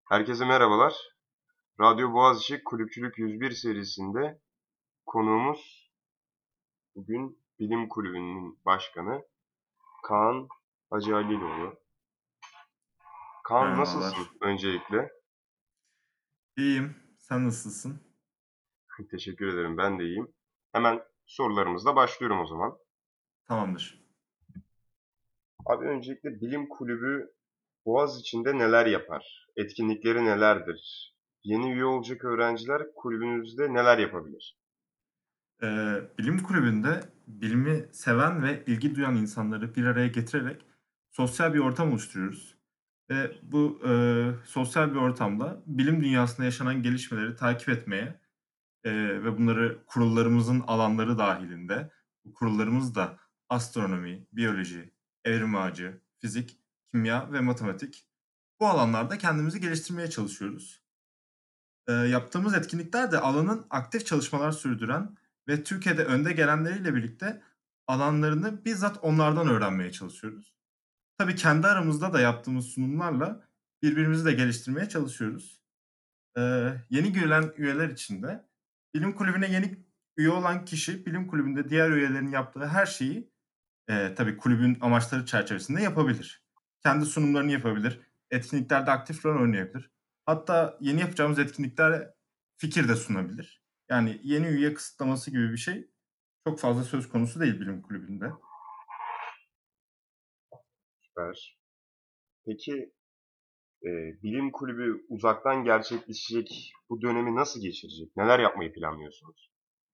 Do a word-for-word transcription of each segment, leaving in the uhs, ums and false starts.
Herkese merhabalar. Radyo Boğaziçi Kulüpçülük yüz bir serisinde konuğumuz bugün Bilim Kulübü'nün başkanı Kaan Hacıaliloğlu. Kaan nasılsın Merhabalar. öncelikle? İyiyim. Sen nasılsın? Teşekkür ederim, ben de iyiyim. Hemen sorularımızla başlıyorum o zaman. Tamamdır. Abi öncelikle Bilim Kulübü Boğaziçi'nde neler yapar? Etkinlikleri nelerdir? Yeni üye olacak öğrenciler kulübünüzde neler yapabilir? Eee, bilim kulübünde bilimi seven ve ilgi duyan insanları bir araya getirerek sosyal bir ortam oluşturuyoruz. Ve bu eee, sosyal bir ortamda bilim dünyasında yaşanan gelişmeleri takip etmeye eee, ve bunları kurullarımızın alanları dahilinde, bu kurullarımız da astronomi, biyoloji, evrim ağacı, fizik, kimya ve matematik. Bu alanlarda kendimizi geliştirmeye çalışıyoruz. Eee, yaptığımız etkinlikler de alanın aktif çalışmalar sürdüren ve Türkiye'de önde gelenleriyle birlikte alanlarını bizzat onlardan öğrenmeye çalışıyoruz. Tabii kendi aramızda da yaptığımız sunumlarla birbirimizi de geliştirmeye çalışıyoruz. Eee, yeni girilen üyeler için de bilim kulübüne yeni üye olan kişi bilim kulübünde diğer üyelerin yaptığı her şeyi Eee, tabii kulübün amaçları çerçevesinde yapabilir. Kendi sunumlarını yapabilir, etkinliklerde aktif rol oynayabilir. Hatta yeni yapacağımız etkinliklere fikir de sunabilir. Yani yeni üye kısıtlaması gibi bir şey çok fazla söz konusu değil bilim kulübünde. Süper. Peki Eee, bilim kulübü uzaktan gerçekleşecek bu dönemi nasıl geçirecek? Neler yapmayı planlıyorsunuz?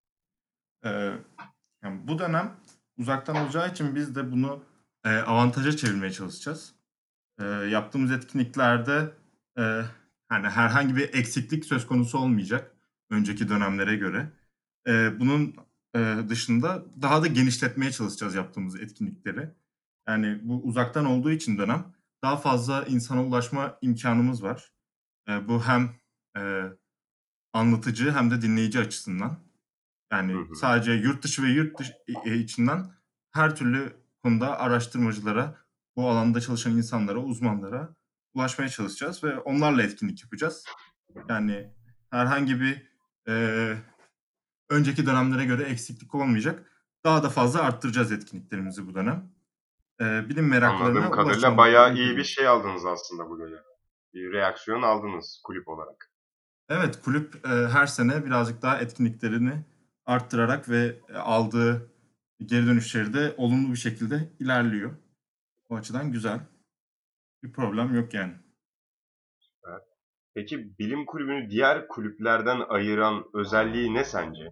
Eee, yani bu dönem uzaktan olacağı için biz de bunu, eee, avantaja çevirmeye çalışacağız. Eee, yaptığımız etkinliklerde, eee, hani, herhangi bir eksiklik söz konusu olmayacak önceki dönemlere göre. Eee, bunun, eee, dışında daha da genişletmeye çalışacağız yaptığımız etkinlikleri. Yani, bu uzaktan olduğu için dönem daha fazla insana ulaşma imkânımız var. Eee, bu hem, eee, anlatıcı hem de dinleyici açısından. Hı Yani, hı. sadece yurt dışı ve yurt dışı eee, içinden her türlü konuda araştırmacılara, bu alanda çalışan insanlara, uzmanlara ulaşmaya çalışacağız ve onlarla etkinlik yapacağız. Yani, herhangi bir, eee, önceki dönemlere göre eksiklik olmayacak. Daha da fazla arttıracağız etkinliklerimizi bu dönem. Eee, bilim Anladığım meraklılarına kadarıyla ulaşacağımızı da bayağı iyi bir bildiririz. şey aldınız aslında bu dönem. Bir reaksiyon aldınız kulüp olarak. Evet, kulüp, eee, her sene birazcık daha etkinliklerini arttırarak ve, eee, aldığı geri dönüşleri de olumlu bir şekilde ilerliyor. O açıdan güzel. Bir problem yok yani. Evet. Peki bilim kulübünü diğer kulüplerden ayıran özelliği ne sence?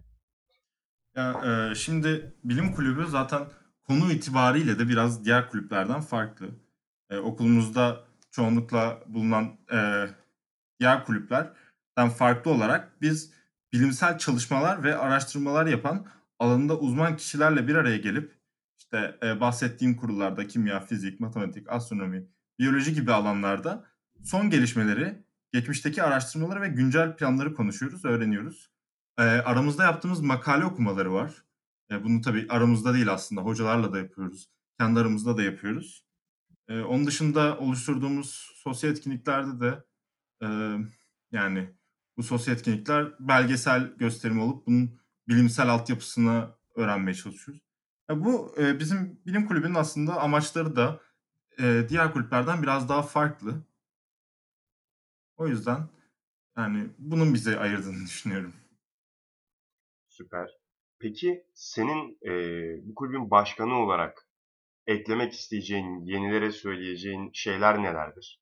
Ya, eee, şimdi bilim kulübü zaten konu itibariyle de biraz diğer kulüplerden farklı. Eee, okulumuzda çoğunlukla bulunan, eee, diğer kulüplerden farklı olarak biz bilimsel çalışmalar ve araştırmalar yapan, alanında uzman kişilerle bir araya gelip, işte, eee, bahsettiğim kurullarda kimya, fizik, matematik, astronomi, biyoloji gibi alanlarda son gelişmeleri, geçmişteki araştırmaları ve güncel planları konuşuyoruz, öğreniyoruz. Eee, aramızda yaptığımız makale okumaları var. Eee, bunu tabii aramızda değil aslında, hocalarla da yapıyoruz. Kendi aramızda da yapıyoruz. Eee, onun dışında oluşturduğumuz sosyal etkinliklerde de Emm, yani, bu sosyal etkinlikler belgesel gösterim olup bunun bilimsel altyapısını öğrenmeye çalışıyoruz. Ya, bu, eee, bizim bilim kulübünün aslında amaçları da, eee, diğer kulüplerden biraz daha farklı. O yüzden, yani, bunun bizi ayırdığını düşünüyorum. Süper. Peki senin eee, bu kulübün başkanı olarak eklemek isteyeceğin, yenilere söyleyeceğin şeyler nelerdir?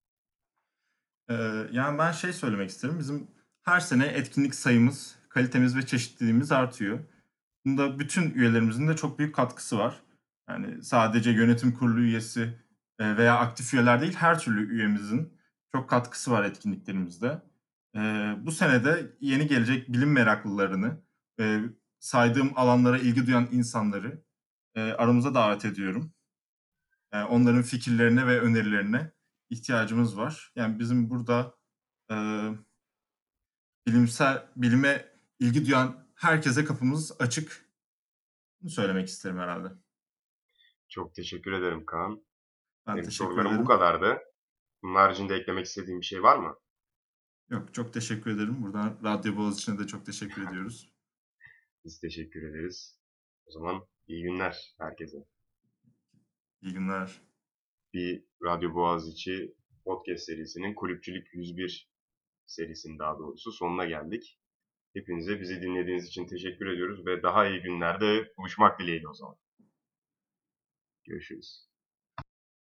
Eee, yani, ben şey söylemek isterim, bizim her sene etkinlik sayımız, kalitemiz ve çeşitliliğimiz artıyor. Bunda bütün üyelerimizin de çok büyük katkısı var. Yani, sadece yönetim kurulu üyesi, eee, veya aktif üyeler değil, her türlü üyemizin çok katkısı var etkinliklerimizde. Eee, bu sene de yeni gelecek bilim meraklılarını, eee, saydığım alanlara ilgi duyan insanları, eee, aramıza davet ediyorum. Eee, onların fikirlerine ve önerilerine ihtiyacımız var. Yani, bizim burada, eee, bilimsel bilime ilgi duyan herkese kapımız açık. Bunu söylemek isterim herhâlde. Çok teşekkür ederim Kaan. Ben Benim teşekkür sorularım bu ederim. kadardı. Bunun haricinde eklemek istediğin bir şey var mı? Yok, çok teşekkür ederim. Buradan Radyo Boğaziçi'ne de çok teşekkür ediyoruz. Biz teşekkür ederiz. O zaman iyi günler herkese. İyi günler. Bir Radyo Boğaziçi podcast serisinin Kulüpçülük yüz bir serisinin daha doğrusu sonuna geldik. Hepinize bizi dinlediğiniz için teşekkür ediyoruz ve daha iyi günlerde buluşmak dileğiyle o zaman. Görüşürüz.